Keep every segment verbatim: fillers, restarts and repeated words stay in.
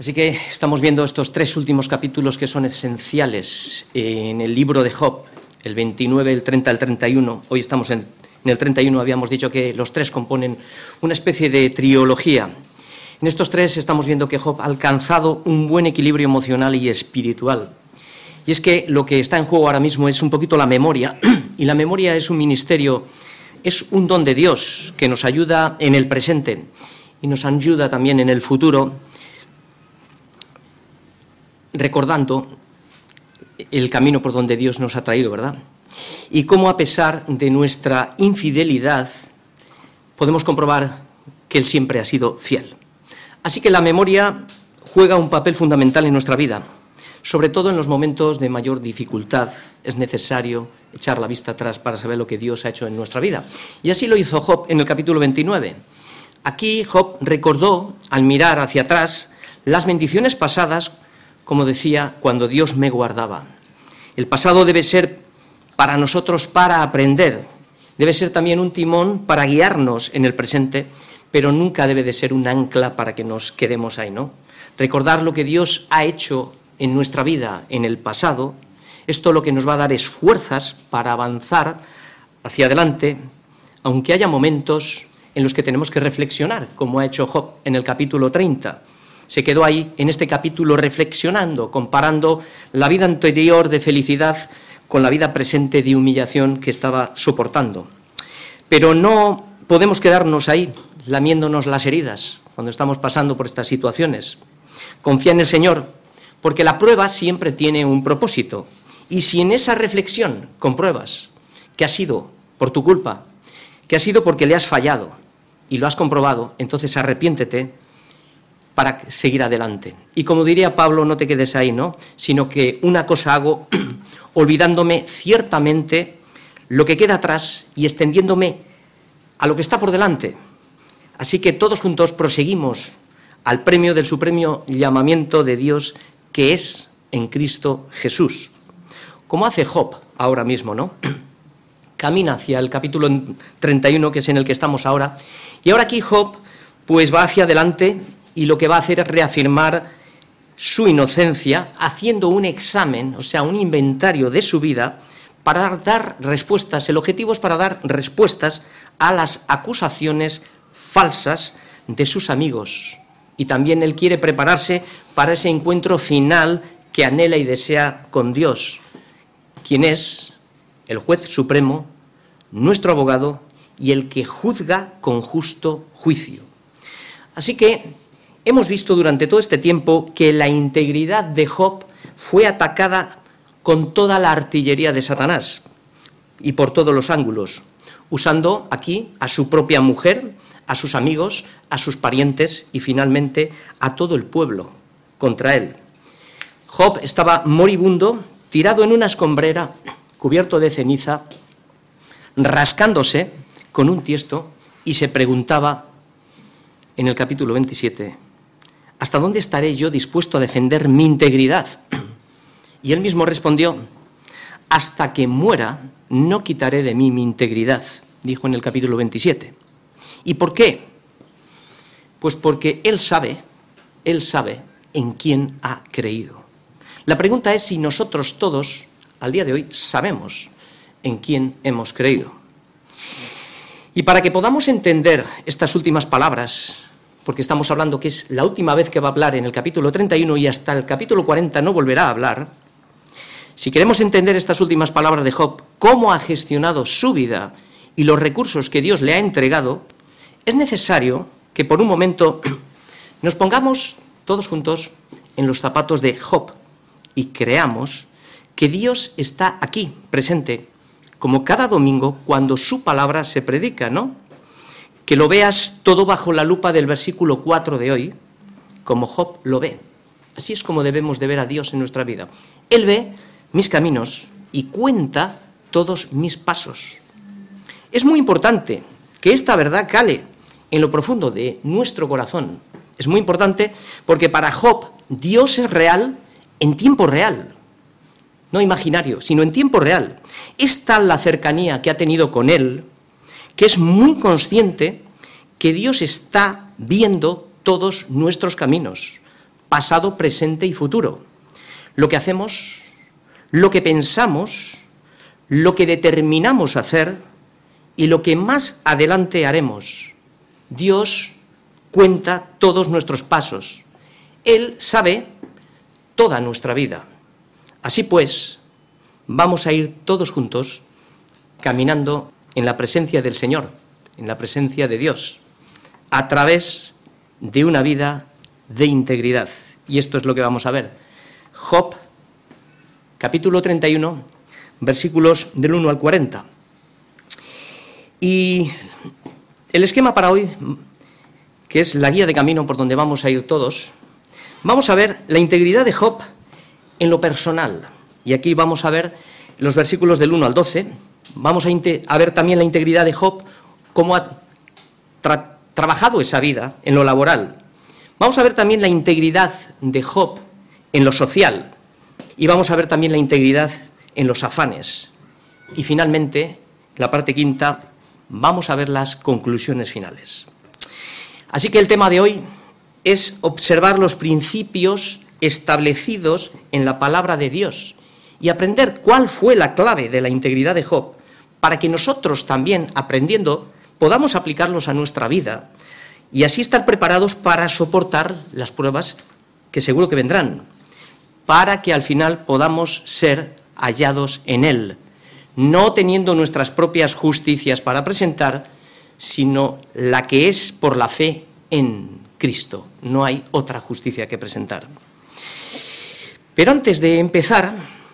Así que estamos viendo estos tres últimos capítulos que son esenciales en el libro de Job, el veintinueve, el treinta, el treinta y uno. Hoy estamos en, en el treinta y uno, habíamos dicho que los tres componen una especie de trilogía. En estos tres estamos viendo que Job ha alcanzado un buen equilibrio emocional y espiritual. Y es que lo que está en juego ahora mismo es un poquito la memoria, y la memoria es un ministerio, es un don de Dios que nos ayuda en el presente y nos ayuda también en el futuro, recordando el camino por donde Dios nos ha traído, ¿verdad? Y cómo a pesar de nuestra infidelidad podemos comprobar que Él siempre ha sido fiel. Así que la memoria juega un papel fundamental en nuestra vida. Sobre todo en los momentos de mayor dificultad es necesario echar la vista atrás para saber lo que Dios ha hecho en nuestra vida. Y así lo hizo Job en el capítulo veintinueve. Aquí Job recordó, al mirar hacia atrás, las bendiciones pasadas, como decía, cuando Dios me guardaba. El pasado debe ser para nosotros para aprender, debe ser también un timón para guiarnos en el presente, pero nunca debe de ser un ancla para que nos quedemos ahí, ¿no? Recordar lo que Dios ha hecho en nuestra vida, en el pasado, esto lo que nos va a dar es fuerzas para avanzar hacia adelante, aunque haya momentos en los que tenemos que reflexionar, como ha hecho Job en el capítulo treinta. Se quedó ahí, en este capítulo, reflexionando, comparando la vida anterior de felicidad con la vida presente de humillación que estaba soportando. Pero no podemos quedarnos ahí, lamiéndonos las heridas, cuando estamos pasando por estas situaciones. Confía en el Señor, porque la prueba siempre tiene un propósito. Y si en esa reflexión compruebas que ha sido por tu culpa, que ha sido porque le has fallado y lo has comprobado, entonces arrepiéntete para seguir adelante. Y como diría Pablo, no te quedes ahí, ¿no? Sino que una cosa hago, olvidándome ciertamente lo que queda atrás y extendiéndome a lo que está por delante. Así que todos juntos proseguimos al premio del supremo llamamiento de Dios, que es en Cristo Jesús. Como hace Job ahora mismo, ¿no? Camina hacia el capítulo treinta y uno, que es en el que estamos ahora, y ahora aquí Job pues va hacia adelante y lo que va a hacer es reafirmar su inocencia haciendo un examen, o sea, un inventario de su vida para dar respuestas. El objetivo es para dar respuestas a las acusaciones falsas de sus amigos. Y también él quiere prepararse para ese encuentro final que anhela y desea con Dios, quien es el juez supremo, nuestro abogado y el que juzga con justo juicio. Así que hemos visto durante todo este tiempo que la integridad de Job fue atacada con toda la artillería de Satanás y por todos los ángulos, usando aquí a su propia mujer, a sus amigos, a sus parientes y finalmente a todo el pueblo contra él. Job estaba moribundo, tirado en una escombrera, cubierto de ceniza, rascándose con un tiesto y se preguntaba en el capítulo veintisiete, ¿hasta dónde estaré yo dispuesto a defender mi integridad? Y él mismo respondió, hasta que muera no quitaré de mí mi integridad, dijo en el capítulo veintisiete. ¿Y por qué? Pues porque él sabe, él sabe en quién ha creído. La pregunta es si nosotros todos, al día de hoy, sabemos en quién hemos creído. Y para que podamos entender estas últimas palabras, porque estamos hablando que es la última vez que va a hablar en el capítulo treinta y uno y hasta el capítulo cuarenta no volverá a hablar, si queremos entender estas últimas palabras de Job, cómo ha gestionado su vida y los recursos que Dios le ha entregado, es necesario que por un momento nos pongamos todos juntos en los zapatos de Job y creamos que Dios está aquí, presente, como cada domingo cuando su palabra se predica, ¿no? Que lo veas todo bajo la lupa del versículo cuatro de hoy, como Job lo ve. Así es como debemos de ver a Dios en nuestra vida. Él ve mis caminos y cuenta todos mis pasos. Es muy importante que esta verdad cale en lo profundo de nuestro corazón. Es muy importante porque para Job Dios es real en tiempo real, no imaginario, sino en tiempo real. Es tal la cercanía que ha tenido con él que es muy consciente que Dios está viendo todos nuestros caminos, pasado, presente y futuro. Lo que hacemos, lo que pensamos, lo que determinamos hacer y lo que más adelante haremos. Dios cuenta todos nuestros pasos. Él sabe toda nuestra vida. Así pues, vamos a ir todos juntos caminando en la presencia del Señor, en la presencia de Dios, a través de una vida de integridad. Y esto es lo que vamos a ver. Job, capítulo treinta y uno, versículos del uno al cuarenta. Y el esquema para hoy, que es la guía de camino por donde vamos a ir todos, vamos a ver la integridad de Job en lo personal. Y aquí vamos a ver los versículos del uno al doce. Vamos a, a ver también la integridad de Job, cómo ha tra trabajado esa vida en lo laboral. Vamos a ver también la integridad de Job en lo social. Y vamos a ver también la integridad en los afanes. Y finalmente, la parte quinta, vamos a ver las conclusiones finales. Así que el tema de hoy es observar los principios establecidos en la palabra de Dios y aprender cuál fue la clave de la integridad de Job, para que nosotros también, aprendiendo, podamos aplicarlos a nuestra vida y así estar preparados para soportar las pruebas que seguro que vendrán, para que al final podamos ser hallados en Él, no teniendo nuestras propias justicias para presentar, sino la que es por la fe en Cristo. No hay otra justicia que presentar. Pero antes de empezar,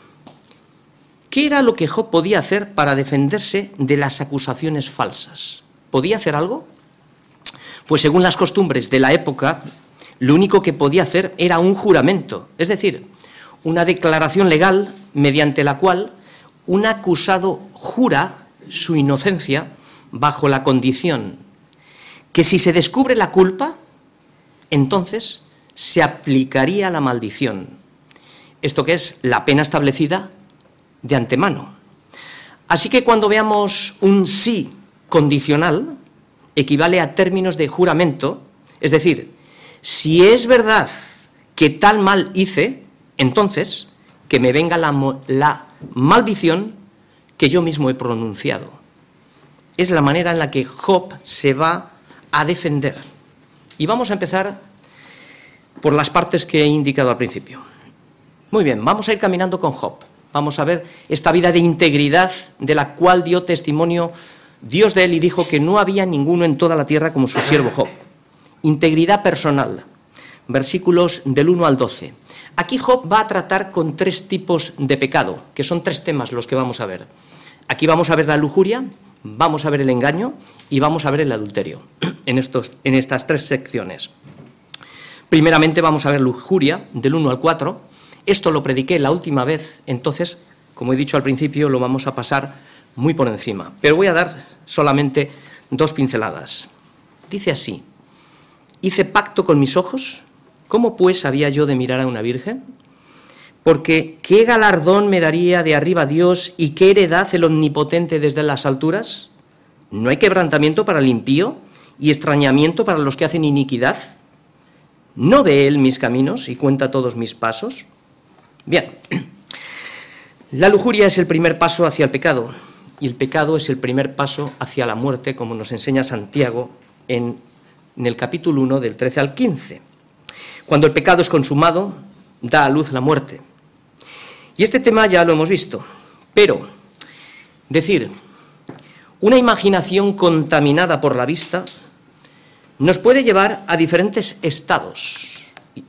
¿qué era lo que Job podía hacer para defenderse de las acusaciones falsas? ¿Podía hacer algo? Pues según las costumbres de la época, lo único que podía hacer era un juramento, es decir, una declaración legal mediante la cual un acusado jura su inocencia bajo la condición que si se descubre la culpa, entonces se aplicaría la maldición. Esto que es la pena establecida de antemano. Así que cuando veamos un sí condicional, equivale a términos de juramento, es decir, si es verdad que tal mal hice, entonces que me venga la, la maldición que yo mismo he pronunciado. Es la manera en la que Job se va a defender. Y vamos a empezar por las partes que he indicado al principio. Muy bien, vamos a ir caminando con Job. Vamos a ver esta vida de integridad de la cual dio testimonio Dios de él y dijo que no había ninguno en toda la tierra como su siervo Job. Integridad personal, versículos del uno al doce. Aquí Job va a tratar con tres tipos de pecado, que son tres temas los que vamos a ver. Aquí vamos a ver la lujuria, vamos a ver el engaño y vamos a ver el adulterio, en, estos, en estas tres secciones. Primeramente vamos a ver lujuria, del uno al cuatro. Esto lo prediqué la última vez, entonces, como he dicho al principio, lo vamos a pasar muy por encima. Pero voy a dar solamente dos pinceladas. Dice así: hice pacto con mis ojos, ¿cómo pues había yo de mirar a una virgen? Porque ¿qué galardón me daría de arriba Dios y qué heredad el omnipotente desde las alturas? ¿No hay quebrantamiento para el impío y extrañamiento para los que hacen iniquidad? ¿No ve él mis caminos y cuenta todos mis pasos? Bien, la lujuria es el primer paso hacia el pecado y el pecado es el primer paso hacia la muerte, como nos enseña Santiago en, en el capítulo uno, del trece al quince. Cuando el pecado es consumado, da a luz la muerte. Y este tema ya lo hemos visto, pero decir una imaginación contaminada por la vista nos puede llevar a diferentes estados,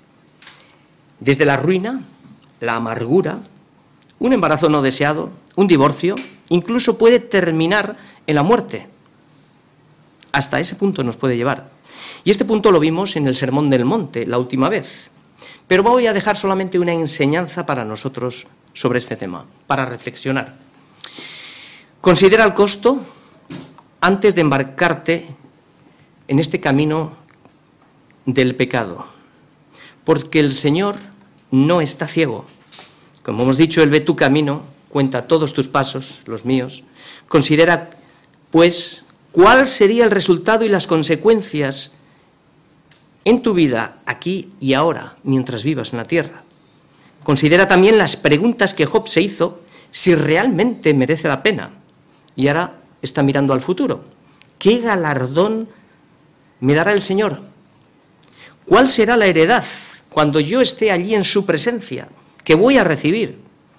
desde la ruina, la amargura, un embarazo no deseado, un divorcio, incluso puede terminar en la muerte. Hasta ese punto nos puede llevar. Y este punto lo vimos en el Sermón del Monte la última vez. Pero voy a dejar solamente una enseñanza para nosotros sobre este tema, para reflexionar. Considera el costo antes de embarcarte en este camino del pecado, porque el Señor no está ciego. Como hemos dicho, Él ve tu camino, cuenta todos tus pasos, los míos. Considera, pues, cuál sería el resultado y las consecuencias en tu vida, aquí y ahora, mientras vivas en la tierra. Considera también las preguntas que Job se hizo, si realmente merece la pena. Y ahora está mirando al futuro. ¿Qué galardón me dará el Señor? ¿Cuál será la heredad cuando yo esté allí en su presencia? ¿Qué voy a recibir?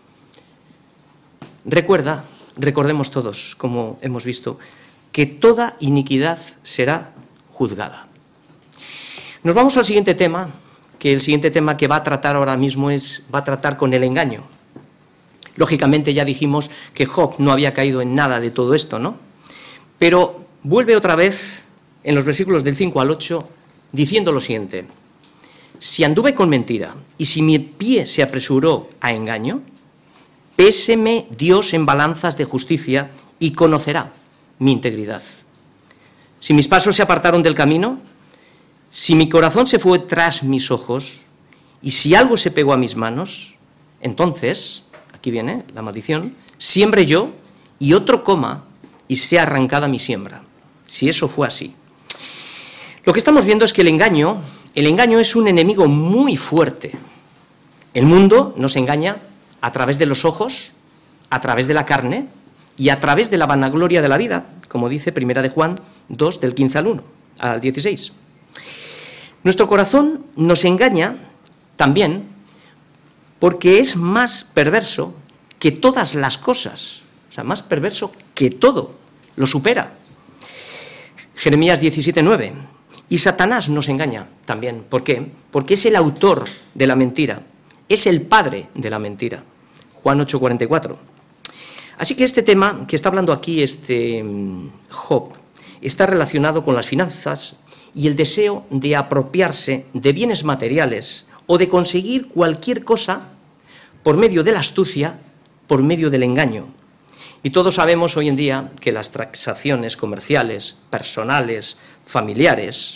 Recuerda, recordemos todos, como hemos visto, que toda iniquidad será juzgada. Nos vamos al siguiente tema, que el siguiente tema que va a tratar ahora mismo es, va a tratar con el engaño. Lógicamente ya dijimos que Job no había caído en nada de todo esto, ¿no? Pero vuelve otra vez en los versículos del cinco al ocho diciendo lo siguiente: si anduve con mentira y si mi pie se apresuró a engaño, péseme Dios en balanzas de justicia y conocerá mi integridad. Si mis pasos se apartaron del camino, si mi corazón se fue tras mis ojos y si algo se pegó a mis manos, entonces, aquí viene la maldición, siembre yo y otro coma y sea arrancada mi siembra. Si eso fue así. Lo que estamos viendo es que el engaño, el engaño es un enemigo muy fuerte. El mundo nos engaña a través de los ojos, a través de la carne y a través de la vanagloria de la vida, como dice Primera de Juan dos, del quince al uno, al dieciséis. Nuestro corazón nos engaña también porque es más perverso que todas las cosas, o sea, más perverso que todo, lo supera. Jeremías diecisiete, nueve. Y Satanás nos engaña también. ¿Por qué? Porque es el autor de la mentira, es el padre de la mentira. Juan ocho, cuarenta y cuatro. Así que este tema que está hablando aquí este Job está relacionado con las finanzas y el deseo de apropiarse de bienes materiales o de conseguir cualquier cosa por medio de la astucia, por medio del engaño. Y todos sabemos hoy en día que las transacciones comerciales, personales, familiares,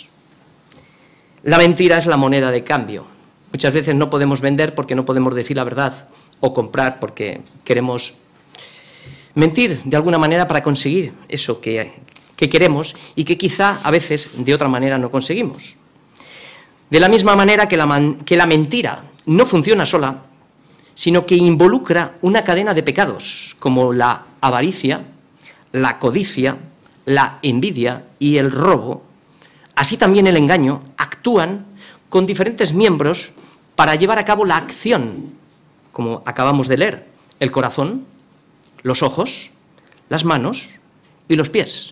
la mentira es la moneda de cambio. Muchas veces no podemos vender porque no podemos decir la verdad o comprar porque queremos mentir de alguna manera para conseguir eso que, que queremos y que quizá a veces de otra manera no conseguimos. De la misma manera que la, man, que la mentira no funciona sola, sino que involucra una cadena de pecados como la avaricia, la codicia, la envidia y el robo. Así también el engaño actúan con diferentes miembros para llevar a cabo la acción, como acabamos de leer, el corazón, los ojos, las manos y los pies.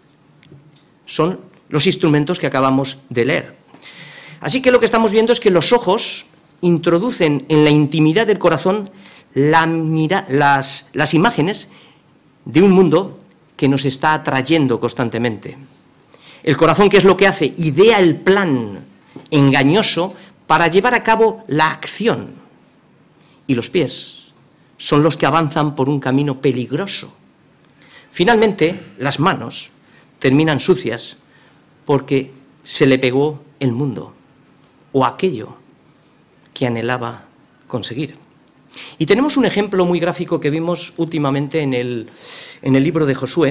Son los instrumentos que acabamos de leer. Así que lo que estamos viendo es que los ojos introducen en la intimidad del corazón la mira, las, las imágenes de un mundo que nos está atrayendo constantemente. El corazón, ¿qué es lo que hace? Idea el plan engañoso para llevar a cabo la acción. Y los pies son los que avanzan por un camino peligroso. Finalmente, las manos terminan sucias porque se le pegó el mundo o aquello que anhelaba conseguir. Y tenemos un ejemplo muy gráfico que vimos últimamente en el, en el libro de Josué,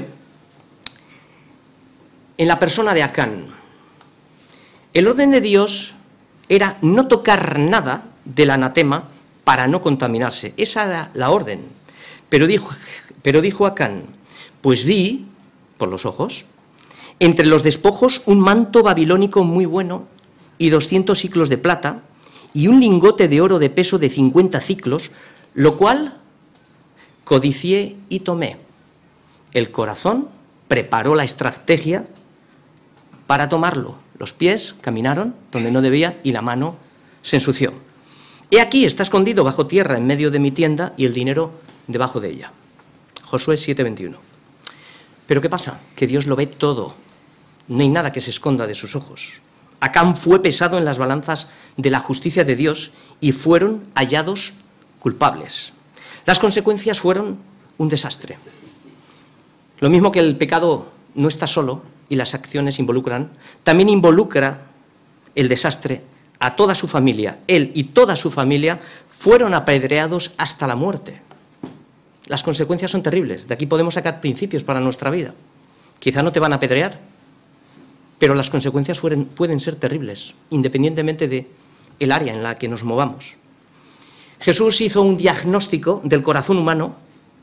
en la persona de Acán. El orden de Dios era no tocar nada del anatema para no contaminarse. Esa era la orden. Pero dijo, pero dijo Acán, pues vi, por los ojos, entre los despojos un manto babilónico muy bueno y doscientos siclos de plata y un lingote de oro de peso de cincuenta ciclos, lo cual codicié y tomé. El corazón preparó la estrategia para tomarlo. Los pies caminaron donde no debía y la mano se ensució. He aquí, está escondido bajo tierra en medio de mi tienda y el dinero debajo de ella. Josué siete, veintiuno. Pero ¿qué pasa? Que Dios lo ve todo. No hay nada que se esconda de sus ojos. Acán fue pesado en las balanzas de la justicia de Dios y fueron hallados culpables. Las consecuencias fueron un desastre. Lo mismo que el pecado no está solo y las acciones involucran, también involucra el desastre a toda su familia. Él y toda su familia fueron apedreados hasta la muerte. Las consecuencias son terribles. De aquí podemos sacar principios para nuestra vida. Quizá no te van a apedrear, pero las consecuencias fueren, pueden ser terribles, independientemente del área en la que nos movamos. Jesús hizo un diagnóstico del corazón humano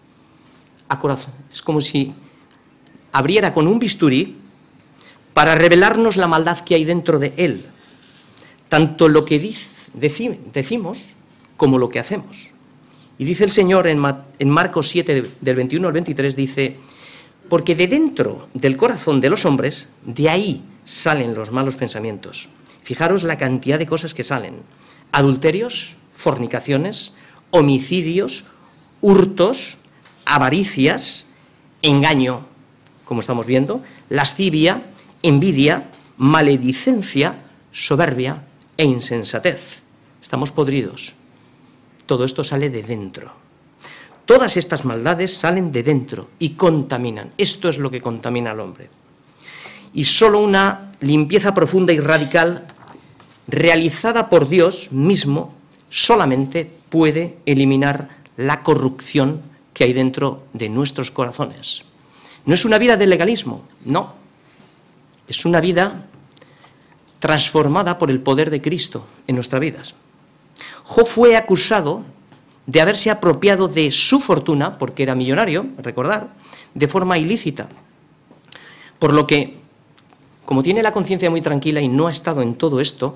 a corazón. Es como si abriera con un bisturí para revelarnos la maldad que hay dentro de él, tanto lo que dice, deci, decimos como lo que hacemos. Y dice el Señor en, Ma, en Marcos siete, del veintiuno al veintitrés, dice: porque de dentro del corazón de los hombres, de ahí salen los malos pensamientos. Fijaros la cantidad de cosas que salen: adulterios, fornicaciones, homicidios, hurtos, avaricias, engaño, como estamos viendo, lascivia, envidia, maledicencia, soberbia e insensatez. Estamos podridos. Todo esto sale de dentro. Todas estas maldades salen de dentro y contaminan. Esto es lo que contamina al hombre. Y solo una limpieza profunda y radical, realizada por Dios mismo, solamente puede eliminar la corrupción que hay dentro de nuestros corazones. No es una vida de legalismo, no. Es una vida transformada por el poder de Cristo en nuestras vidas. Job fue acusado de haberse apropiado de su fortuna, porque era millonario, recordar, de forma ilícita. Por lo que, como tiene la conciencia muy tranquila y no ha estado en todo esto,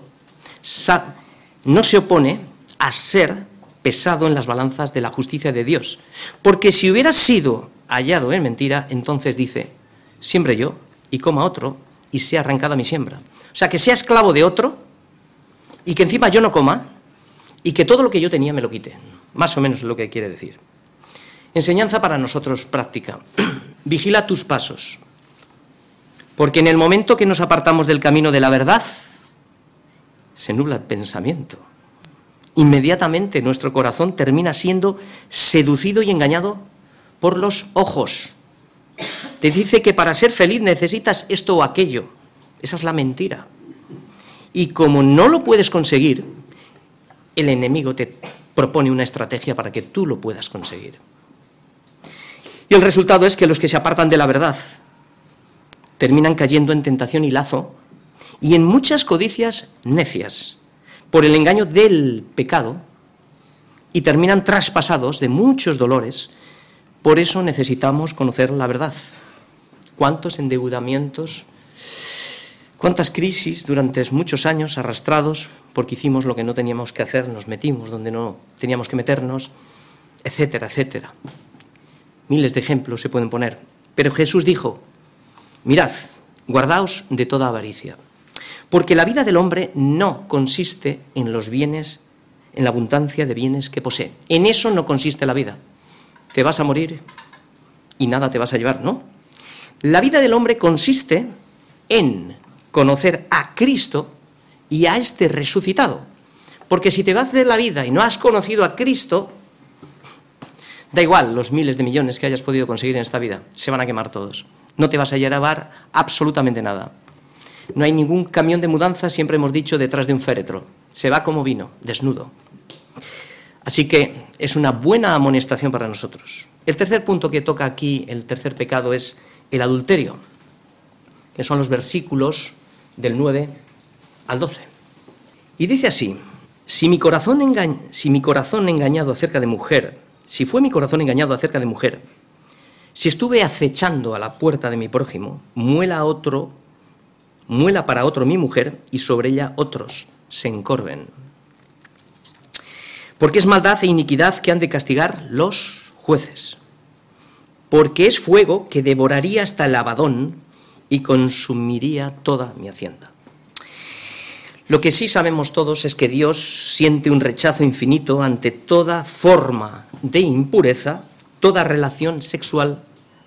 no se opone a ser pesado en las balanzas de la justicia de Dios. Porque si hubiera sido hallado en mentira, entonces dice: siembre yo y coma otro y sea arrancada mi siembra. O sea, que sea esclavo de otro y que encima yo no coma y que todo lo que yo tenía me lo quite. Más o menos es lo que quiere decir. Enseñanza para nosotros práctica. Vigila tus pasos, porque en el momento que nos apartamos del camino de la verdad, se nubla el pensamiento. Inmediatamente nuestro corazón termina siendo seducido y engañado por los ojos. Te dice que para ser feliz necesitas esto o aquello. Esa es la mentira. Y como no lo puedes conseguir, el enemigo te propone una estrategia para que tú lo puedas conseguir. Y el resultado es que los que se apartan de la verdad terminan cayendo en tentación y lazo y en muchas codicias necias por el engaño del pecado y terminan traspasados de muchos dolores. Por eso necesitamos conocer la verdad. ¿Cuántos endeudamientos, cuántas crisis durante muchos años arrastrados porque hicimos lo que no teníamos que hacer, nos metimos donde no teníamos que meternos, etcétera, etcétera? Miles de ejemplos se pueden poner. Pero Jesús dijo: mirad, guardaos de toda avaricia, porque la vida del hombre no consiste en los bienes, en la abundancia de bienes que posee. En eso no consiste la vida. Te vas a morir y nada te vas a llevar, ¿no? La vida del hombre consiste en conocer a Cristo y a este resucitado. Porque si te vas de la vida y no has conocido a Cristo, da igual los miles de millones que hayas podido conseguir en esta vida, se van a quemar todos. No te vas a llevar absolutamente nada. No hay ningún camión de mudanza, siempre hemos dicho, detrás de un féretro. Se va como vino, desnudo. Así que es una buena amonestación para nosotros. El tercer punto que toca aquí, el tercer pecado, es el adulterio, que son los versículos del nueve al doce. Y dice así: si mi corazón engaña, si mi corazón engañado acerca de mujer, si fue mi corazón engañado acerca de mujer, si estuve acechando a la puerta de mi prójimo, muela otro, muela para otro mi mujer, y sobre ella otros se encorven. Porque es maldad e iniquidad que han de castigar los jueces. Porque es fuego que devoraría hasta el Abadón y consumiría toda mi hacienda. Lo que sí sabemos todos es que Dios siente un rechazo infinito ante toda forma de impureza, toda relación sexual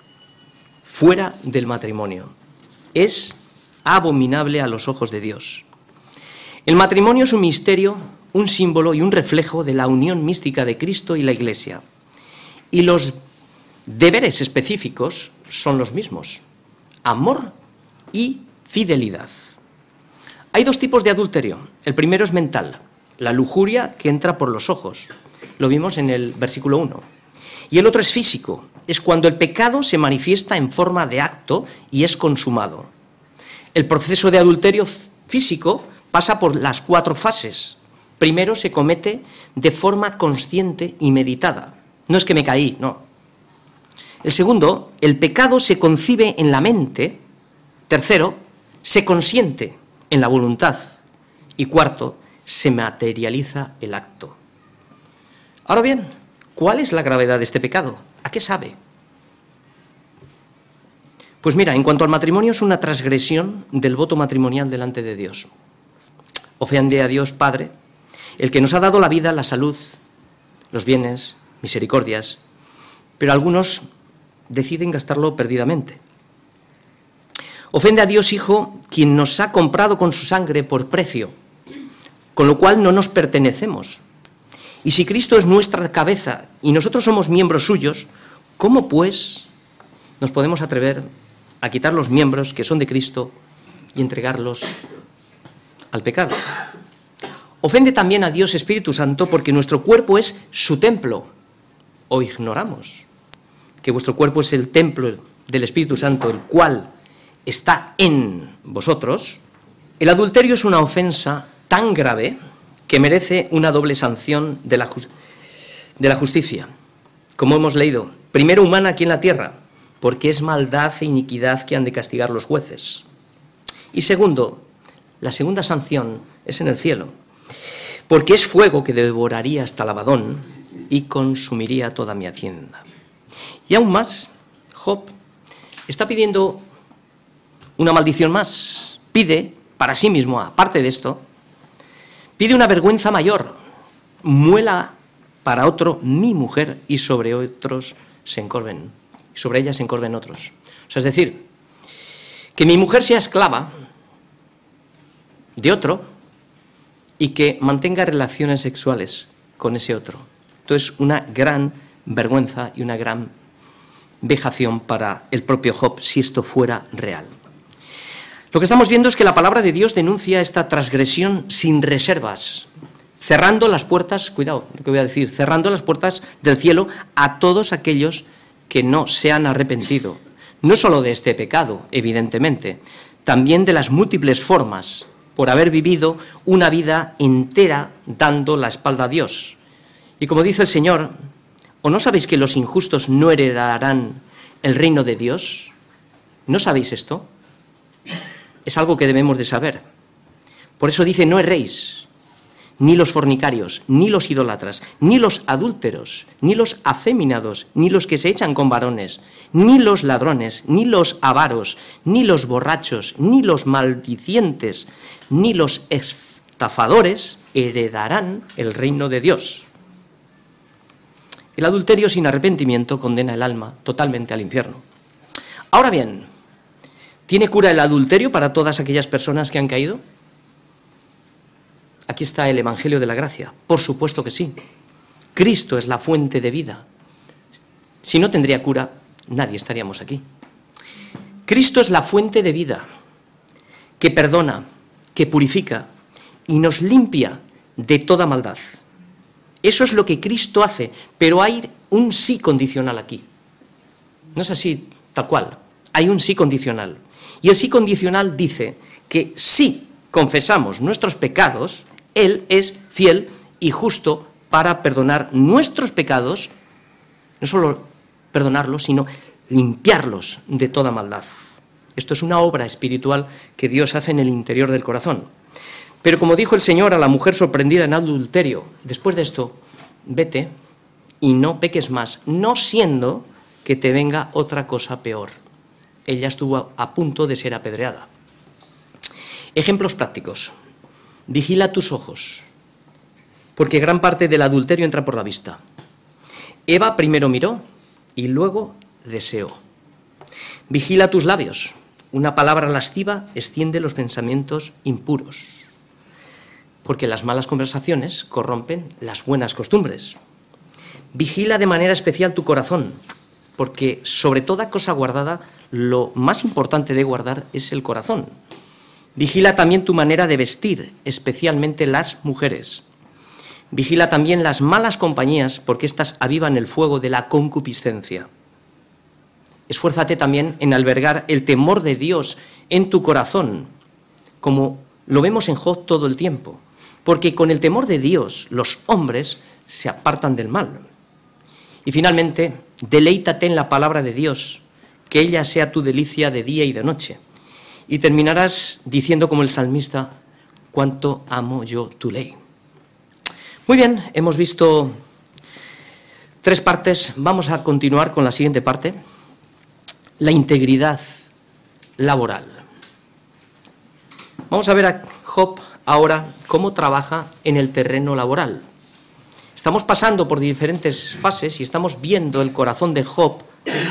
fuera del matrimonio. Es abominable a los ojos de Dios. El matrimonio es un misterio, un símbolo y un reflejo de la unión mística de Cristo y la Iglesia. Y los deberes específicos son los mismos: amor y fidelidad. Hay dos tipos de adulterio. El primero es mental, la lujuria que entra por los ojos. Lo vimos en el versículo uno. Y el otro es físico, es cuando el pecado se manifiesta en forma de acto y es consumado. El proceso de adulterio físico pasa por las cuatro fases. Primero, se comete de forma consciente y meditada. No es que me caí, no. El segundo, el pecado se concibe en la mente. Tercero, se consiente en la voluntad. Y cuarto, se materializa el acto. Ahora bien, ¿cuál es la gravedad de este pecado? ¿A qué sabe? Pues mira, en cuanto al matrimonio, es una transgresión del voto matrimonial delante de Dios. Ofende a Dios Padre, el que nos ha dado la vida, la salud, los bienes, misericordias, pero algunos deciden gastarlo perdidamente. Ofende a Dios Hijo, quien nos ha comprado con su sangre por precio, con lo cual no nos pertenecemos. Y si Cristo es nuestra cabeza y nosotros somos miembros suyos, ¿cómo pues nos podemos atrever a quitar los miembros que son de Cristo y entregarlos al pecado? Ofende también a Dios Espíritu Santo porque nuestro cuerpo es su templo. ¿O ignoramos que vuestro cuerpo es el templo del Espíritu Santo, el cual está en vosotros? El adulterio es una ofensa tan grave que merece una doble sanción de la, ju- de la justicia. Como hemos leído, primero humana aquí en la tierra, porque es maldad e iniquidad que han de castigar los jueces. Y segundo, la segunda sanción es en el cielo, porque es fuego que devoraría hasta el Abadón y consumiría toda mi hacienda. Y aún más, Job está pidiendo una maldición más. Pide para sí mismo, aparte de esto, pide una vergüenza mayor. Muela para otro mi mujer y sobre otros se encorven. Sobre ella se encorven otros. O sea, es decir, que mi mujer sea esclava de otro y que mantenga relaciones sexuales con ese otro. Entonces, una gran vergüenza y una gran vejación para el propio Job si esto fuera real. Lo que estamos viendo es que la palabra de Dios denuncia esta transgresión sin reservas, cerrando las puertas, cuidado lo que voy a decir, cerrando las puertas del cielo a todos aquellos que no se han arrepentido, no solo de este pecado, evidentemente, también de las múltiples formas por haber vivido una vida entera dando la espalda a Dios. Y como dice el Señor, ¿o no sabéis que los injustos no heredarán el reino de Dios? ¿No sabéis esto? Es algo que debemos de saber. Por eso dice, no erréis, ni los fornicarios, ni los idólatras, ni los adúlteros, ni los afeminados, ni los que se echan con varones, ni los ladrones, ni los avaros, ni los borrachos, ni los maldicientes, ni los estafadores heredarán el reino de Dios. El adulterio sin arrepentimiento condena el alma totalmente al infierno. Ahora bien, ¿tiene cura el adulterio para todas aquellas personas que han caído? Aquí está el Evangelio de la Gracia. Por supuesto que sí. Cristo es la fuente de vida. Si no tendría cura, nadie estaríamos aquí. Cristo es la fuente de vida que perdona, que purifica y nos limpia de toda maldad. Eso es lo que Cristo hace, pero hay un sí condicional aquí. No es así tal cual, hay un sí condicional. Y el sí condicional dice que si confesamos nuestros pecados, Él es fiel y justo para perdonar nuestros pecados, no solo perdonarlos, sino limpiarlos de toda maldad. Esto es una obra espiritual que Dios hace en el interior del corazón. Pero como dijo el Señor a la mujer sorprendida en adulterio, después de esto, vete y no peques más, no siendo que te venga otra cosa peor. Ella estuvo a punto de ser apedreada. Ejemplos prácticos. Vigila tus ojos, porque gran parte del adulterio entra por la vista. Eva primero miró y luego deseó. Vigila tus labios. Una palabra lasciva extiende los pensamientos impuros, porque las malas conversaciones corrompen las buenas costumbres. Vigila de manera especial tu corazón, porque sobre toda cosa guardada, lo más importante de guardar es el corazón. Vigila también tu manera de vestir, especialmente las mujeres. Vigila también las malas compañías, porque éstas avivan el fuego de la concupiscencia. esfuérzate también en albergar el temor de Dios en tu corazón, como lo vemos en Job todo el tiempo, porque con el temor de Dios los hombres se apartan del mal. Y finalmente, deleítate en la palabra de Dios, que ella sea tu delicia de día y de noche. Y terminarás diciendo como el salmista, cuánto amo yo tu ley. Muy bien, hemos visto tres partes. Vamos a continuar con la siguiente parte, la integridad laboral. Vamos a ver a Job ahora cómo trabaja en el terreno laboral. Estamos pasando por diferentes fases y estamos viendo el corazón de Job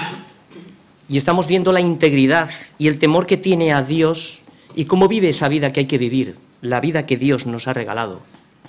y estamos viendo la integridad y el temor que tiene a Dios y cómo vive esa vida que hay que vivir, la vida que Dios nos ha regalado.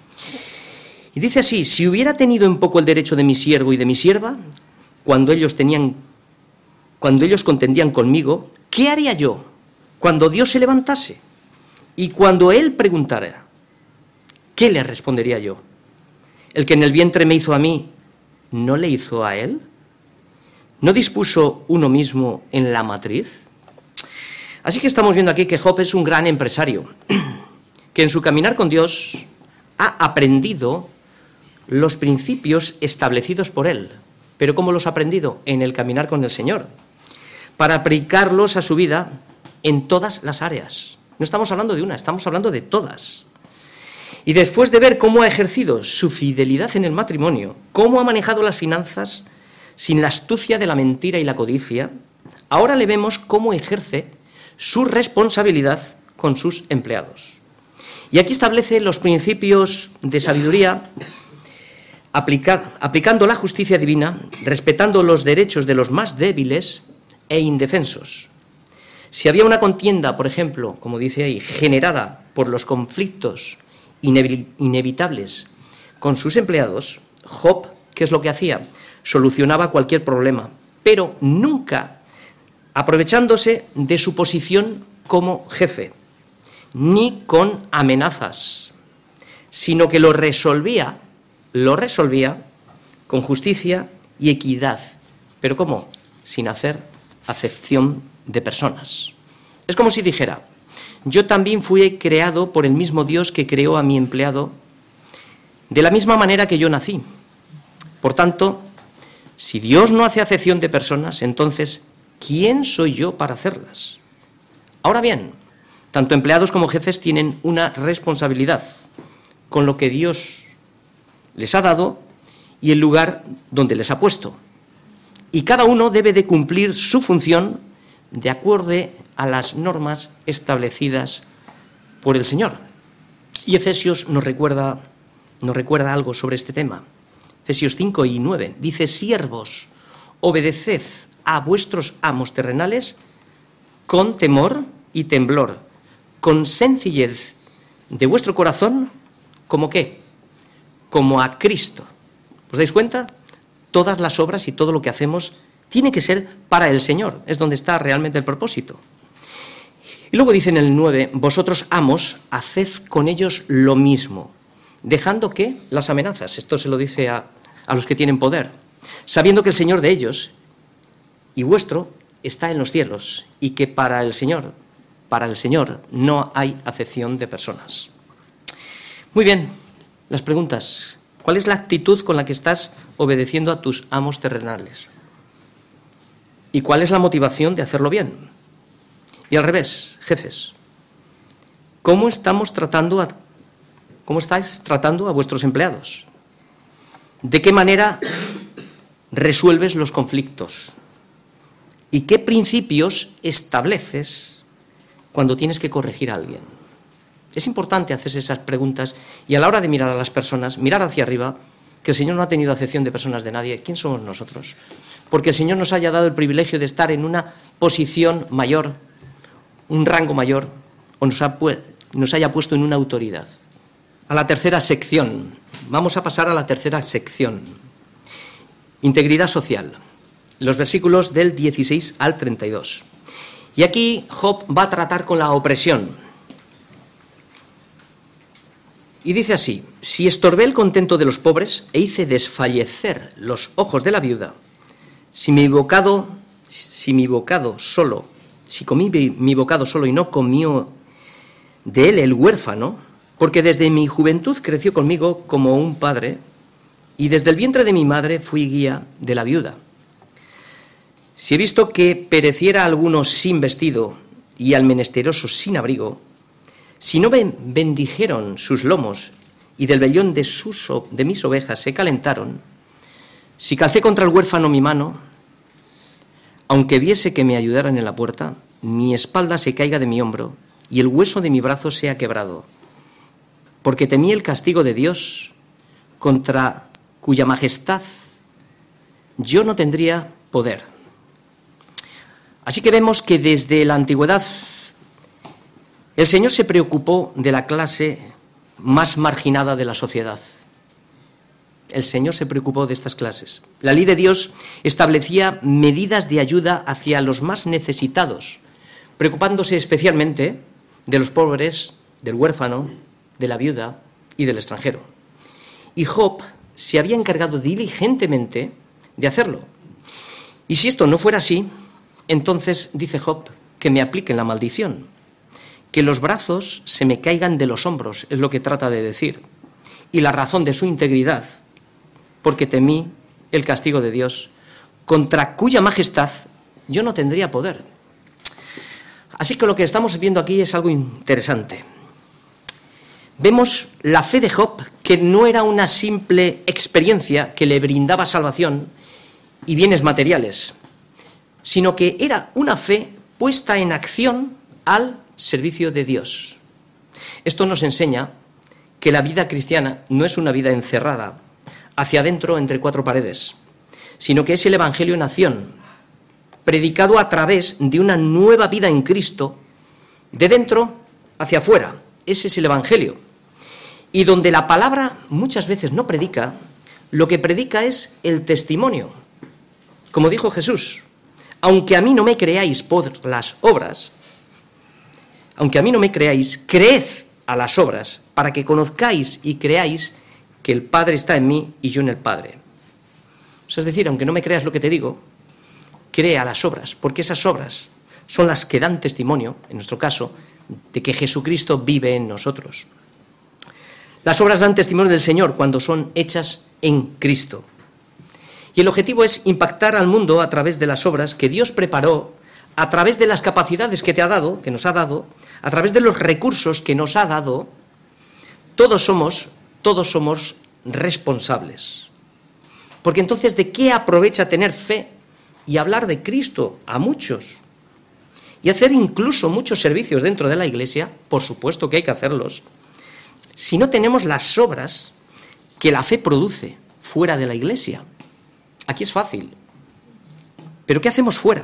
Y dice así, si hubiera tenido en poco el derecho de mi siervo y de mi sierva, cuando ellos tenían, cuando ellos contendían conmigo, ¿qué haría yo cuando Dios se levantase? Y cuando Él preguntara, ¿qué le respondería yo? El que en el vientre me hizo a mí, ¿no le hizo a Él? ¿No dispuso uno mismo en la matriz? Así que estamos viendo aquí que Job es un gran empresario, que en su caminar con Dios ha aprendido los principios establecidos por Él. ¿Pero cómo los ha aprendido? En el caminar con el Señor, para aplicarlos a su vida en todas las áreas. No estamos hablando de una, estamos hablando de todas. Y después de ver cómo ha ejercido su fidelidad en el matrimonio, cómo ha manejado las finanzas sin la astucia de la mentira y la codicia, ahora le vemos cómo ejerce su responsabilidad con sus empleados. Y aquí establece los principios de sabiduría, aplica, aplicando la justicia divina, respetando los derechos de los más débiles e indefensos. Si había una contienda, por ejemplo, como dice ahí, generada por los conflictos inevitables con sus empleados, Job, ¿qué es lo que hacía? Solucionaba cualquier problema, pero nunca aprovechándose de su posición como jefe, ni con amenazas, sino que lo resolvía, lo resolvía con justicia y equidad. ¿Pero cómo? Sin hacer acepción de personas. Es como si dijera, yo también fui creado por el mismo Dios que creó a mi empleado, de la misma manera que yo nací. Por tanto, si Dios no hace acepción de personas, entonces, ¿quién soy yo para hacerlas? Ahora bien, tanto empleados como jefes tienen una responsabilidad con lo que Dios les ha dado y el lugar donde les ha puesto. Y cada uno debe de cumplir su función de acuerdo a las normas establecidas por el Señor. Y Efesios nos recuerda, nos recuerda algo sobre este tema. Efesios cinco y nueve dice, siervos, obedeced a vuestros amos terrenales con temor y temblor, con sencillez de vuestro corazón, ¿como qué? Como a Cristo. ¿Os dais cuenta? Todas las obras y todo lo que hacemos tiene que ser para el Señor, es donde está realmente el propósito. Y luego dice en el nueve, vosotros amos, haced con ellos lo mismo, dejando que las amenazas, esto se lo dice a, a los que tienen poder, sabiendo que el Señor de ellos y vuestro está en los cielos y que para el Señor, para el Señor no hay acepción de personas. Muy bien, las preguntas. ¿Cuál es la actitud con la que estás obedeciendo a tus amos terrenales? ¿Y cuál es la motivación de hacerlo bien? Y al revés, jefes, ¿cómo estamos tratando a, cómo estáis tratando a vuestros empleados? ¿De qué manera resuelves los conflictos? ¿Y qué principios estableces cuando tienes que corregir a alguien? Es importante hacerse esas preguntas y a la hora de mirar a las personas, mirar hacia arriba, que el Señor no ha tenido acepción de personas de nadie. ¿Quién somos nosotros? Porque el Señor nos haya dado el privilegio de estar en una posición mayor, un rango mayor, o nos, ha pu- nos haya puesto en una autoridad. A la tercera sección. Vamos a pasar a la tercera sección. Integridad social. Los versículos del dieciséis al treinta y dos. Y aquí Job va a tratar con la opresión. Y dice así, si estorbé el contento de los pobres e hice desfallecer los ojos de la viuda, si mi bocado si mi bocado solo, si comí mi bocado solo y no comió de él el huérfano, porque desde mi juventud creció conmigo como un padre, y desde el vientre de mi madre fui guía de la viuda. Si he visto que pereciera alguno sin vestido y al menesteroso sin abrigo, si no me bendijeron sus lomos y del vellón de, sus, de mis ovejas se calentaron, si calcé contra el huérfano mi mano, aunque viese que me ayudaran en la puerta, mi espalda se caiga de mi hombro y el hueso de mi brazo sea quebrado, porque temí el castigo de Dios, contra cuya majestad yo no tendría poder. Así que vemos que desde la antigüedad el Señor se preocupó de la clase más marginada de la sociedad. El Señor se preocupó de estas clases. La ley de Dios establecía medidas de ayuda hacia los más necesitados, preocupándose especialmente de los pobres, del huérfano, de la viuda y del extranjero. Y Job se había encargado diligentemente de hacerlo. Y si esto no fuera así, entonces dice Job que me apliquen la maldición, que los brazos se me caigan de los hombros, es lo que trata de decir, y la razón de su integridad, porque temí el castigo de Dios, contra cuya majestad yo no tendría poder. Así que lo que estamos viendo aquí es algo interesante. Vemos la fe de Job, que no era una simple experiencia que le brindaba salvación y bienes materiales, sino que era una fe puesta en acción al servicio de Dios. Esto nos enseña que la vida cristiana no es una vida encerrada hacia adentro entre cuatro paredes, sino que es el Evangelio en acción, predicado a través de una nueva vida en Cristo, de dentro hacia afuera. Ese es el Evangelio. Y donde la palabra muchas veces no predica, lo que predica es el testimonio. Como dijo Jesús, aunque a mí no me creáis por las obras, aunque a mí no me creáis, creed a las obras, para que conozcáis y creáis que el Padre está en mí y yo en el Padre. O sea, es decir, aunque no me creas lo que te digo, cree a las obras, porque esas obras son las que dan testimonio, en nuestro caso, de que Jesucristo vive en nosotros. Las obras dan testimonio del Señor cuando son hechas en Cristo. Y el objetivo es impactar al mundo a través de las obras que Dios preparó, a través de las capacidades que te ha dado, que nos ha dado, a través de los recursos que nos ha dado. Todos somos, todos somos responsables. Porque entonces, ¿de qué aprovecha tener fe y hablar de Cristo a muchos? Y hacer incluso muchos servicios dentro de la Iglesia, por supuesto que hay que hacerlos, si no tenemos las obras que la fe produce fuera de la Iglesia. Aquí es fácil. ¿Pero qué hacemos fuera?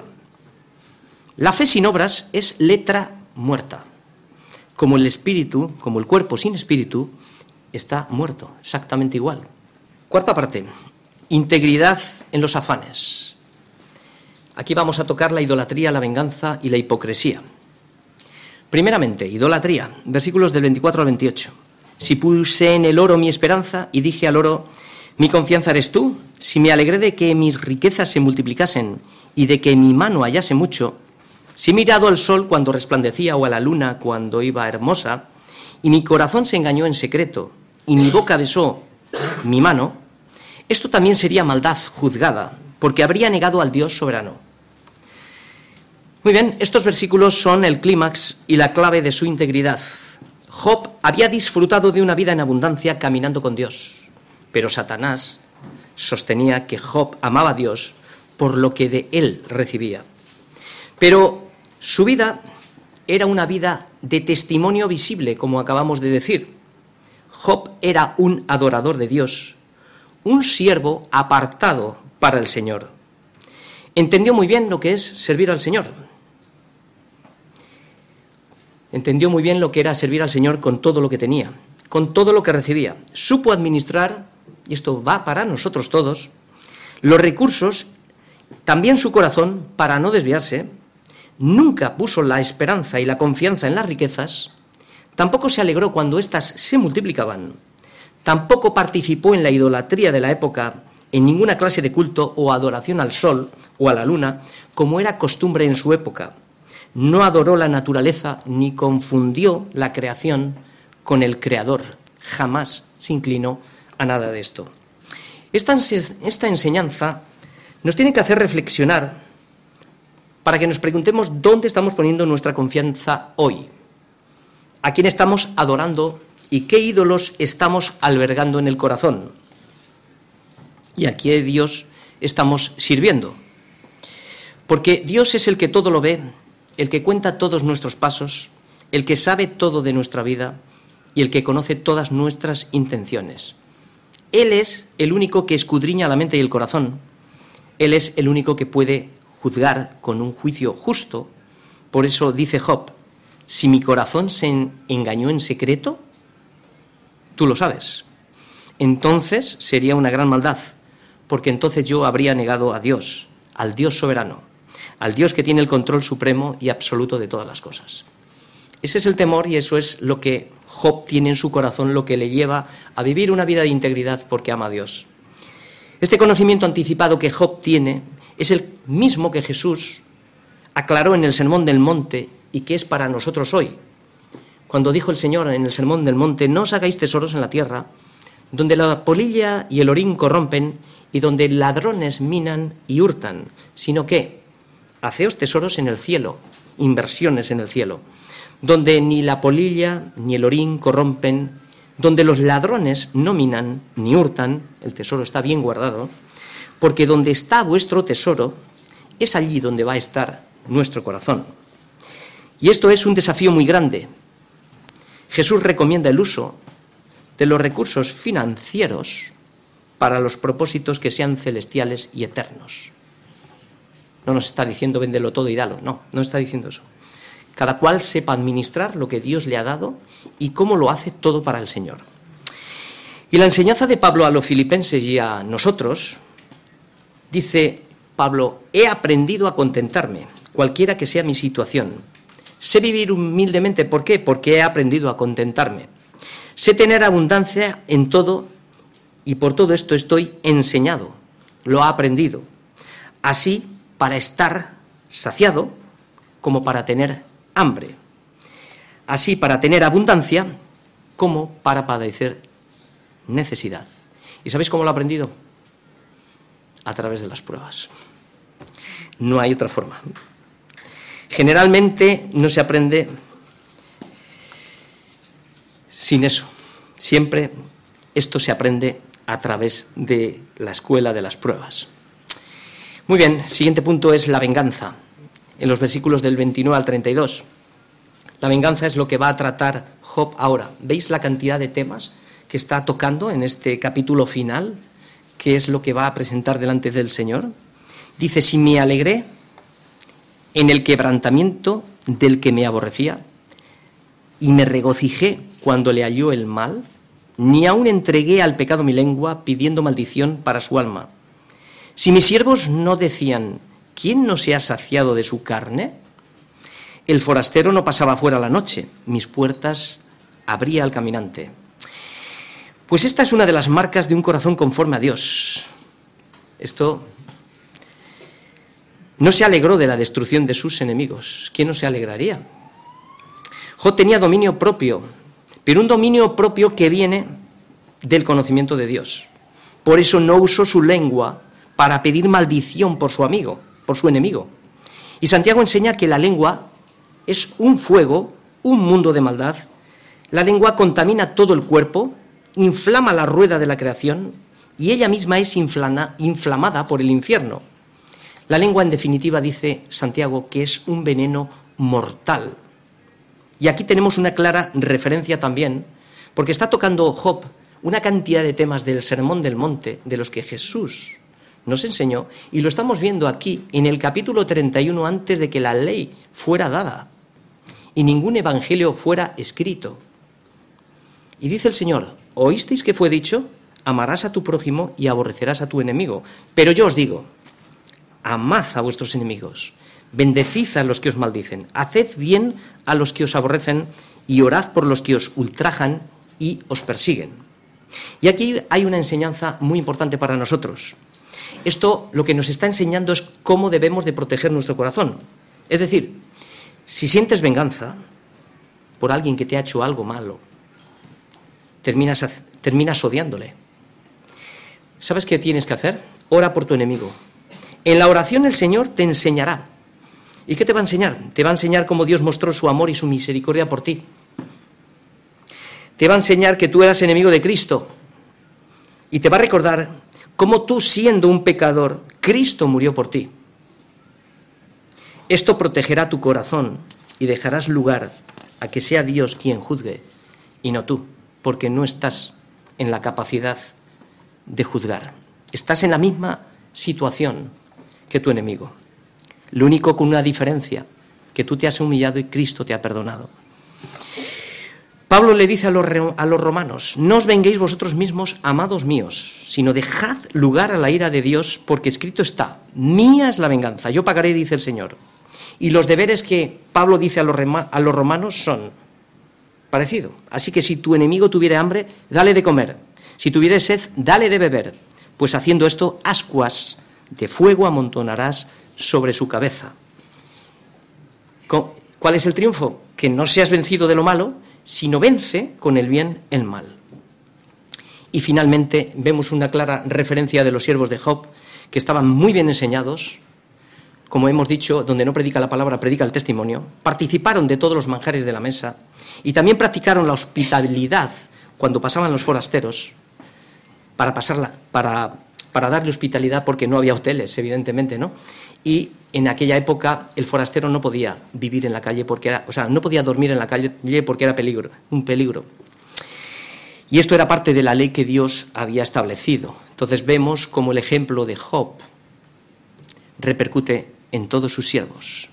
La fe sin obras es letra muerta. Como el espíritu, como el cuerpo sin espíritu, está muerto, exactamente igual. Cuarta parte, integridad en los afanes. Aquí vamos a tocar la idolatría, la venganza y la hipocresía. Primeramente, idolatría, versículos del veinticuatro al veintiocho. Si puse en el oro mi esperanza y dije al oro, mi confianza eres tú, si me alegré de que mis riquezas se multiplicasen y de que mi mano hallase mucho, si he mirado al sol cuando resplandecía o a la luna cuando iba hermosa, y mi corazón se engañó en secreto y mi boca besó mi mano, esto también sería maldad juzgada, porque habría negado al Dios soberano. Muy bien, estos versículos son el clímax y la clave de su integridad. Job había disfrutado de una vida en abundancia caminando con Dios, pero Satanás sostenía que Job amaba a Dios por lo que de él recibía. Pero su vida era una vida de testimonio visible, como acabamos de decir. Job era un adorador de Dios, un siervo apartado para el Señor. Entendió muy bien lo que es servir al Señor. Entendió muy bien lo que era servir al Señor con todo lo que tenía, con todo lo que recibía. Supo administrar, y esto va para nosotros todos, los recursos, también su corazón, para no desviarse. Nunca puso la esperanza y la confianza en las riquezas, tampoco se alegró cuando éstas se multiplicaban, tampoco participó en la idolatría de la época en ninguna clase de culto o adoración al sol o a la luna, como era costumbre en su época. No adoró la naturaleza ni confundió la creación con el Creador. Jamás se inclinó a nada de esto. Esta, esta enseñanza nos tiene que hacer reflexionar para que nos preguntemos dónde estamos poniendo nuestra confianza hoy, a quién estamos adorando y qué ídolos estamos albergando en el corazón y a qué Dios estamos sirviendo. Porque Dios es el que todo lo ve, el que cuenta todos nuestros pasos, el que sabe todo de nuestra vida y el que conoce todas nuestras intenciones. Él es el único que escudriña la mente y el corazón. Él es el único que puede juzgar con un juicio justo. Por eso dice Job, si mi corazón se engañó en secreto, tú lo sabes. Entonces sería una gran maldad, porque entonces yo habría negado a Dios, al Dios soberano, al Dios que tiene el control supremo y absoluto de todas las cosas. Ese es el temor y eso es lo que Job tiene en su corazón, lo que le lleva a vivir una vida de integridad porque ama a Dios. Este conocimiento anticipado que Job tiene es el mismo que Jesús aclaró en el Sermón del Monte y que es para nosotros hoy. Cuando dijo el Señor en el Sermón del Monte, no os hagáis tesoros en la tierra, donde la polilla y el orín corrompen y donde ladrones minan y hurtan, sino que haceos tesoros en el cielo, inversiones en el cielo, donde ni la polilla ni el orín corrompen, donde los ladrones no minan ni hurtan, el tesoro está bien guardado, porque donde está vuestro tesoro es allí donde va a estar nuestro corazón. Y esto es un desafío muy grande. Jesús recomienda el uso de los recursos financieros para los propósitos que sean celestiales y eternos. No nos está diciendo véndelo todo y dalo, no, no está diciendo eso. Cada cual sepa administrar lo que Dios le ha dado y cómo lo hace todo para el Señor. Y la enseñanza de Pablo a los filipenses y a nosotros, dice Pablo, he aprendido a contentarme, cualquiera que sea mi situación. Sé vivir humildemente, ¿por qué? Porque he aprendido a contentarme. Sé tener abundancia en todo y por todo esto estoy enseñado, lo he aprendido. Así, para estar saciado como para tener hambre. Así, para tener abundancia como para padecer necesidad. ¿Y sabéis cómo lo he aprendido? A través de las pruebas. No hay otra forma. Generalmente no se aprende sin eso. Siempre esto se aprende a través de la escuela de las pruebas. Muy bien, siguiente punto es la venganza. En los versículos del veintinueve al treinta y dos. La venganza es lo que va a tratar Job ahora. ¿Veis la cantidad de temas que está tocando en este capítulo final? ¿Qué es lo que va a presentar delante del Señor? Dice, si me alegré en el quebrantamiento del que me aborrecía y me regocijé cuando le halló el mal, ni aun entregué al pecado mi lengua pidiendo maldición para su alma. Si mis siervos no decían, ¿quién no se ha saciado de su carne? El forastero no pasaba fuera la noche, mis puertas abría al caminante. Pues esta es una de las marcas de un corazón conforme a Dios. Esto no se alegró de la destrucción de sus enemigos. ¿Quién no se alegraría? Job tenía dominio propio, pero un dominio propio que viene del conocimiento de Dios. Por eso no usó su lengua para pedir maldición por su amigo, por su enemigo. Y Santiago enseña que la lengua es un fuego, un mundo de maldad. La lengua contamina todo el cuerpo, inflama la rueda de la creación y ella misma es inflana, inflamada por el infierno. La lengua, en definitiva, dice Santiago, que es un veneno mortal. Y aquí tenemos una clara referencia también, porque está tocando Job una cantidad de temas del Sermón del Monte, de los que Jesús nos enseñó, y lo estamos viendo aquí, en el capítulo treinta y uno, antes de que la ley fuera dada y ningún evangelio fuera escrito. Y dice el Señor, ¿oísteis que fue dicho? Amarás a tu prójimo y aborrecerás a tu enemigo. Pero yo os digo, amad a vuestros enemigos, bendecid a los que os maldicen, haced bien a los que os aborrecen y orad por los que os ultrajan y os persiguen. Y aquí hay una enseñanza muy importante para nosotros. Esto lo que nos está enseñando es cómo debemos de proteger nuestro corazón. Es decir, si sientes venganza por alguien que te ha hecho algo malo, terminas, terminas odiándole. ¿Sabes qué tienes que hacer? Ora por tu enemigo. En la oración el Señor te enseñará. ¿Y qué te va a enseñar? Te va a enseñar cómo Dios mostró su amor y su misericordia por ti. Te va a enseñar que tú eras enemigo de Cristo. Y te va a recordar cómo tú, siendo un pecador, Cristo murió por ti. Esto protegerá tu corazón y dejarás lugar a que sea Dios quien juzgue y no tú, porque no estás en la capacidad de juzgar. Estás en la misma situación que tu enemigo. Lo único con una diferencia, que tú te has humillado y Cristo te ha perdonado. Pablo le dice a los, a los romanos, no os venguéis vosotros mismos, amados míos, sino dejad lugar a la ira de Dios, porque escrito está, mía es la venganza, yo pagaré, dice el Señor. Y los deberes que Pablo dice a los, a los romanos son parecidos. Así que si tu enemigo tuviera hambre, dale de comer. Si tuviera sed, dale de beber. Pues haciendo esto, ascuas de fuego amontonarás sobre su cabeza. ¿Cuál es el triunfo? Que no seas vencido de lo malo, sino vence con el bien el mal. Y finalmente vemos una clara referencia de los siervos de Job, que estaban muy bien enseñados, como hemos dicho, donde no predica la palabra, predica el testimonio, participaron de todos los manjares de la mesa y también practicaron la hospitalidad cuando pasaban los forasteros para pasarla, para, para darle hospitalidad, porque no había hoteles, evidentemente, ¿no? Y en aquella época el forastero no podía vivir en la calle porque era, o sea, no podía dormir en la calle porque era peligro, un peligro. Y esto era parte de la ley que Dios había establecido. Entonces vemos cómo el ejemplo de Job repercute en todos sus siervos.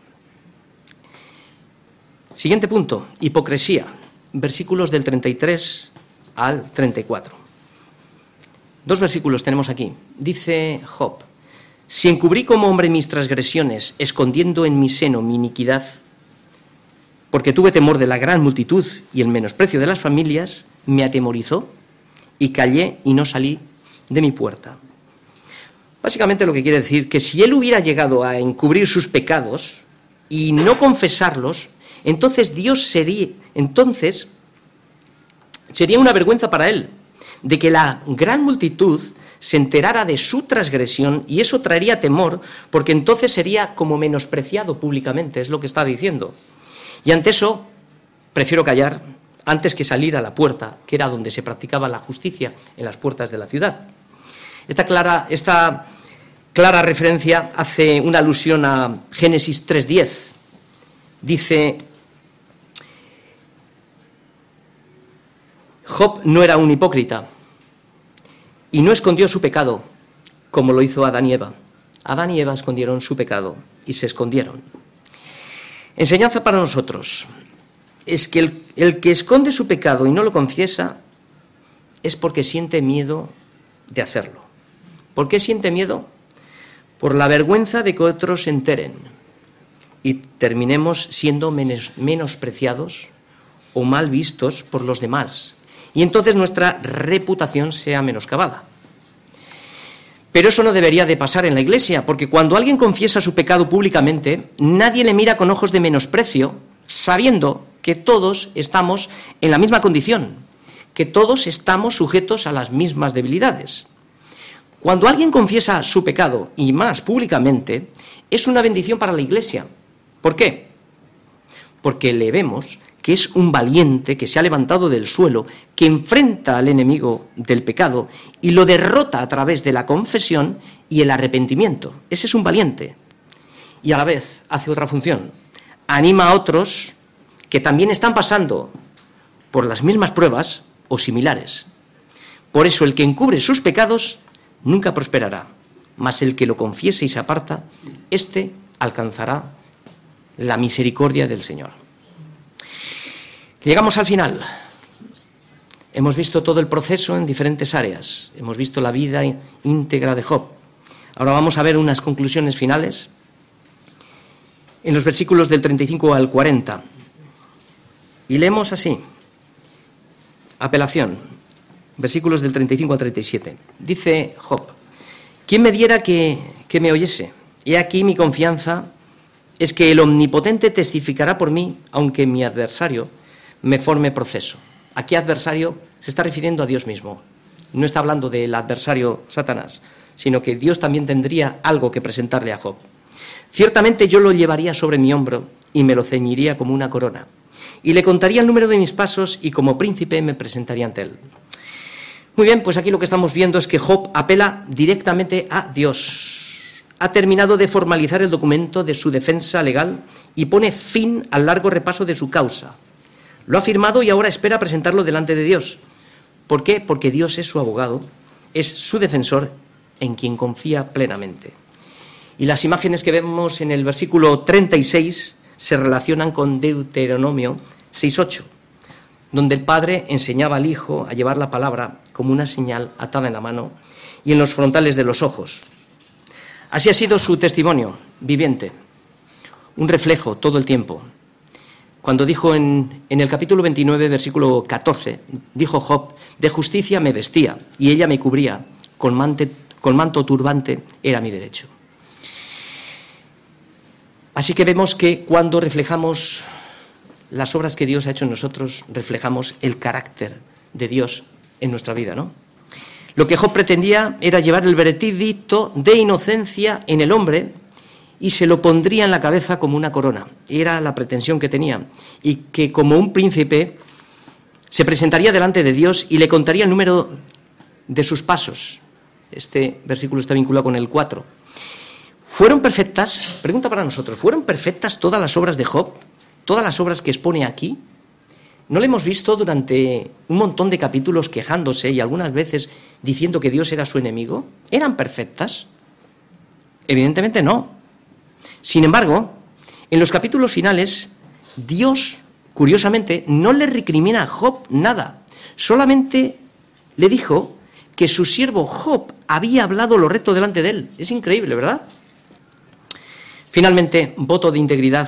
Siguiente punto, hipocresía, versículos del treinta y tres al treinta y cuatro. Dos versículos tenemos aquí. Dice Job, si encubrí como hombre mis transgresiones, escondiendo en mi seno mi iniquidad, porque tuve temor de la gran multitud y el menosprecio de las familias, me atemorizó y callé y no salí de mi puerta. Básicamente lo que quiere decir que si él hubiera llegado a encubrir sus pecados y no confesarlos, entonces Dios sería, entonces sería una vergüenza para él, de que la gran multitud se enterara de su transgresión y eso traería temor, porque entonces sería como menospreciado públicamente, es lo que está diciendo. Y ante eso, prefiero callar antes que salir a la puerta, que era donde se practicaba la justicia, en las puertas de la ciudad. Esta clara, esta clara referencia hace una alusión a Génesis tres diez. Dice, Job no era un hipócrita y no escondió su pecado, como lo hizo Adán y Eva. Adán y Eva escondieron su pecado y se escondieron. Enseñanza para nosotros es que el, el que esconde su pecado y no lo confiesa es porque siente miedo de hacerlo. ¿Por qué siente miedo? Por la vergüenza de que otros se enteren y terminemos siendo menos, menospreciados o mal vistos por los demás. Y entonces nuestra reputación sea menoscabada. Pero eso no debería de pasar en la Iglesia, porque cuando alguien confiesa su pecado públicamente, nadie le mira con ojos de menosprecio, sabiendo que todos estamos en la misma condición, que todos estamos sujetos a las mismas debilidades. Cuando alguien confiesa su pecado, y más públicamente, es una bendición para la Iglesia. ¿Por qué? Porque le vemos que es un valiente que se ha levantado del suelo, que enfrenta al enemigo del pecado y lo derrota a través de la confesión y el arrepentimiento. Ese es un valiente. Y a la vez hace otra función. Anima a otros que también están pasando por las mismas pruebas o similares. Por eso el que encubre sus pecados nunca prosperará, mas el que lo confiese y se aparta, éste alcanzará la misericordia del Señor. Llegamos al final. Hemos visto todo el proceso en diferentes áreas. Hemos visto la vida íntegra de Job. Ahora vamos a ver unas conclusiones finales en los versículos del treinta y cinco al cuarenta. Y leemos así. Apelación. versículos del treinta y cinco al treinta y siete. Dice Job: ¿quién me diera que, que me oyese? He aquí mi confianza es que el Omnipotente testificará por mí, aunque mi adversario me forme proceso. Aquí adversario se está refiriendo a Dios mismo. No está hablando del adversario Satanás, sino que Dios también tendría algo que presentarle a Job. Ciertamente yo lo llevaría sobre mi hombro y me lo ceñiría como una corona. Y le contaría el número de mis pasos y como príncipe me presentaría ante él. Muy bien, pues aquí lo que estamos viendo es que Job apela directamente a Dios. Ha terminado de formalizar el documento de su defensa legal y pone fin al largo repaso de su causa. Lo ha firmado y ahora espera presentarlo delante de Dios. ¿Por qué? Porque Dios es su abogado, es su defensor en quien confía plenamente. Y las imágenes que vemos en el versículo treinta y seis se relacionan con Deuteronomio seis ocho, donde el padre enseñaba al hijo a llevar la palabra como una señal atada en la mano y en los frontales de los ojos. Así ha sido su testimonio viviente, un reflejo todo el tiempo. Cuando dijo en, en el capítulo veintinueve, versículo catorce, dijo Job: de justicia me vestía y ella me cubría, con, mante, con manto turbante era mi derecho. Así que vemos que cuando reflejamos las obras que Dios ha hecho en nosotros, reflejamos el carácter de Dios en nuestra vida, ¿no? Lo que Job pretendía era llevar el veredicto de inocencia en el hombre y se lo pondría en la cabeza como una corona. Era la pretensión que tenía. Y que como un príncipe se presentaría delante de Dios y le contaría el número de sus pasos. Este versículo está vinculado con el cuatro. ¿Fueron perfectas? Pregunta para nosotros. ¿Fueron perfectas todas las obras de Job? ¿Todas las obras que expone aquí? ¿No le hemos visto durante un montón de capítulos quejándose y algunas veces diciendo que Dios era su enemigo? ¿Eran perfectas? Evidentemente no. Sin embargo, en los capítulos finales, Dios, curiosamente, no le recrimina a Job nada. Solamente le dijo que su siervo Job había hablado lo recto delante de él. Es increíble, ¿verdad? Finalmente, voto de integridad,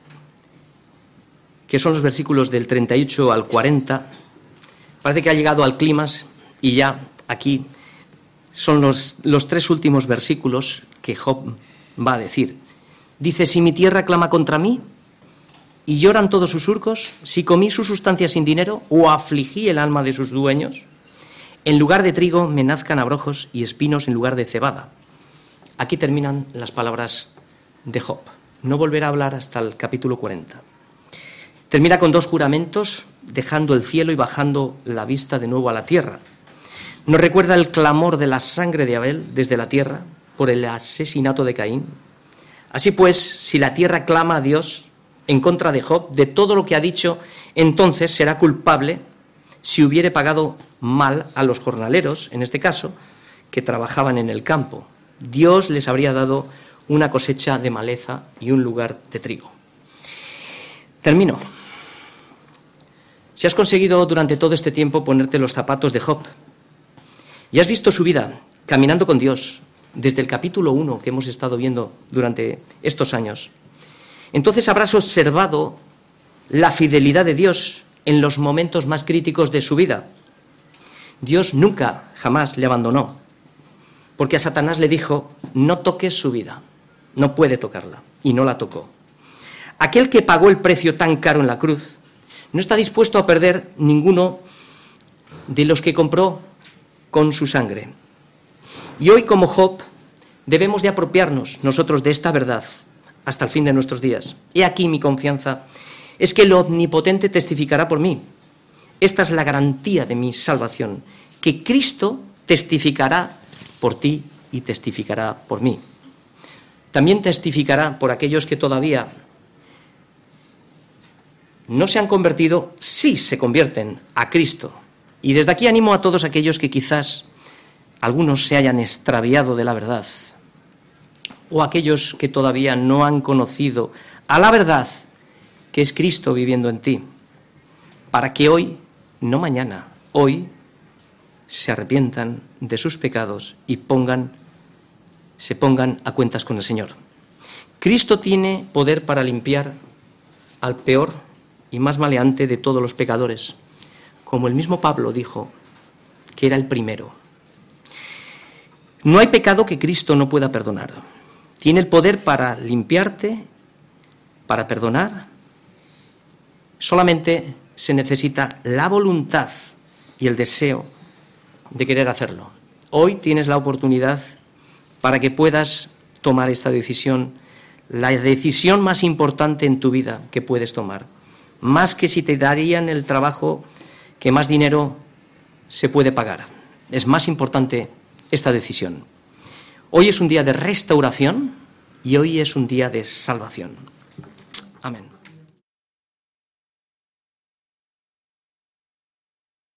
que son los versículos del treinta y ocho al cuarenta. Parece que ha llegado al clímax y ya aquí son los, los tres últimos versículos que Job va a decir. Dice: si mi tierra clama contra mí y lloran todos sus surcos, si comí su sustancia sin dinero o afligí el alma de sus dueños, en lugar de trigo me nazcan abrojos y espinos en lugar de cebada. Aquí terminan las palabras de Job. No volverá a hablar hasta el capítulo cuarenta. Termina con dos juramentos, dejando el cielo y bajando la vista de nuevo a la tierra. Nos recuerda el clamor de la sangre de Abel desde la tierra por el asesinato de Caín. Así pues, si la tierra clama a Dios en contra de Job, de todo lo que ha dicho, entonces será culpable si hubiere pagado mal a los jornaleros, en este caso, que trabajaban en el campo. Dios les habría dado una cosecha de maleza y un lugar de trigo. Termino. Si has conseguido durante todo este tiempo ponerte los zapatos de Job y has visto su vida caminando con Dios desde el capítulo uno que hemos estado viendo durante estos años, entonces habrás observado la fidelidad de Dios en los momentos más críticos de su vida. Dios nunca, jamás le abandonó, porque a Satanás le dijo: no toques su vida, no puede tocarla, y no la tocó. Aquel que pagó el precio tan caro en la cruz no está dispuesto a perder ninguno de los que compró con su sangre. Y hoy, como Job, debemos de apropiarnos nosotros de esta verdad hasta el fin de nuestros días. He aquí mi confianza, es que el Omnipotente testificará por mí. Esta es la garantía de mi salvación, que Cristo testificará por ti y testificará por mí. También testificará por aquellos que todavía no se han convertido, sí se convierten a Cristo. Y desde aquí animo a todos aquellos que quizás algunos se hayan extraviado de la verdad, o aquellos que todavía no han conocido a la verdad que es Cristo viviendo en ti, para que hoy, no mañana, hoy se arrepientan de sus pecados y pongan, se pongan a cuentas con el Señor. Cristo tiene poder para limpiar al peor y más maleante de todos los pecadores. Como el mismo Pablo dijo, que era el primero. No hay pecado que Cristo no pueda perdonar. Tiene el poder para limpiarte, para perdonar. Solamente se necesita la voluntad y el deseo de querer hacerlo. Hoy tienes la oportunidad para que puedas tomar esta decisión, la decisión más importante en tu vida que puedes tomar. Más que si te darían el trabajo que más dinero se puede pagar. Es más importante esta decisión. Hoy es un día de restauración y hoy es un día de salvación. Amén.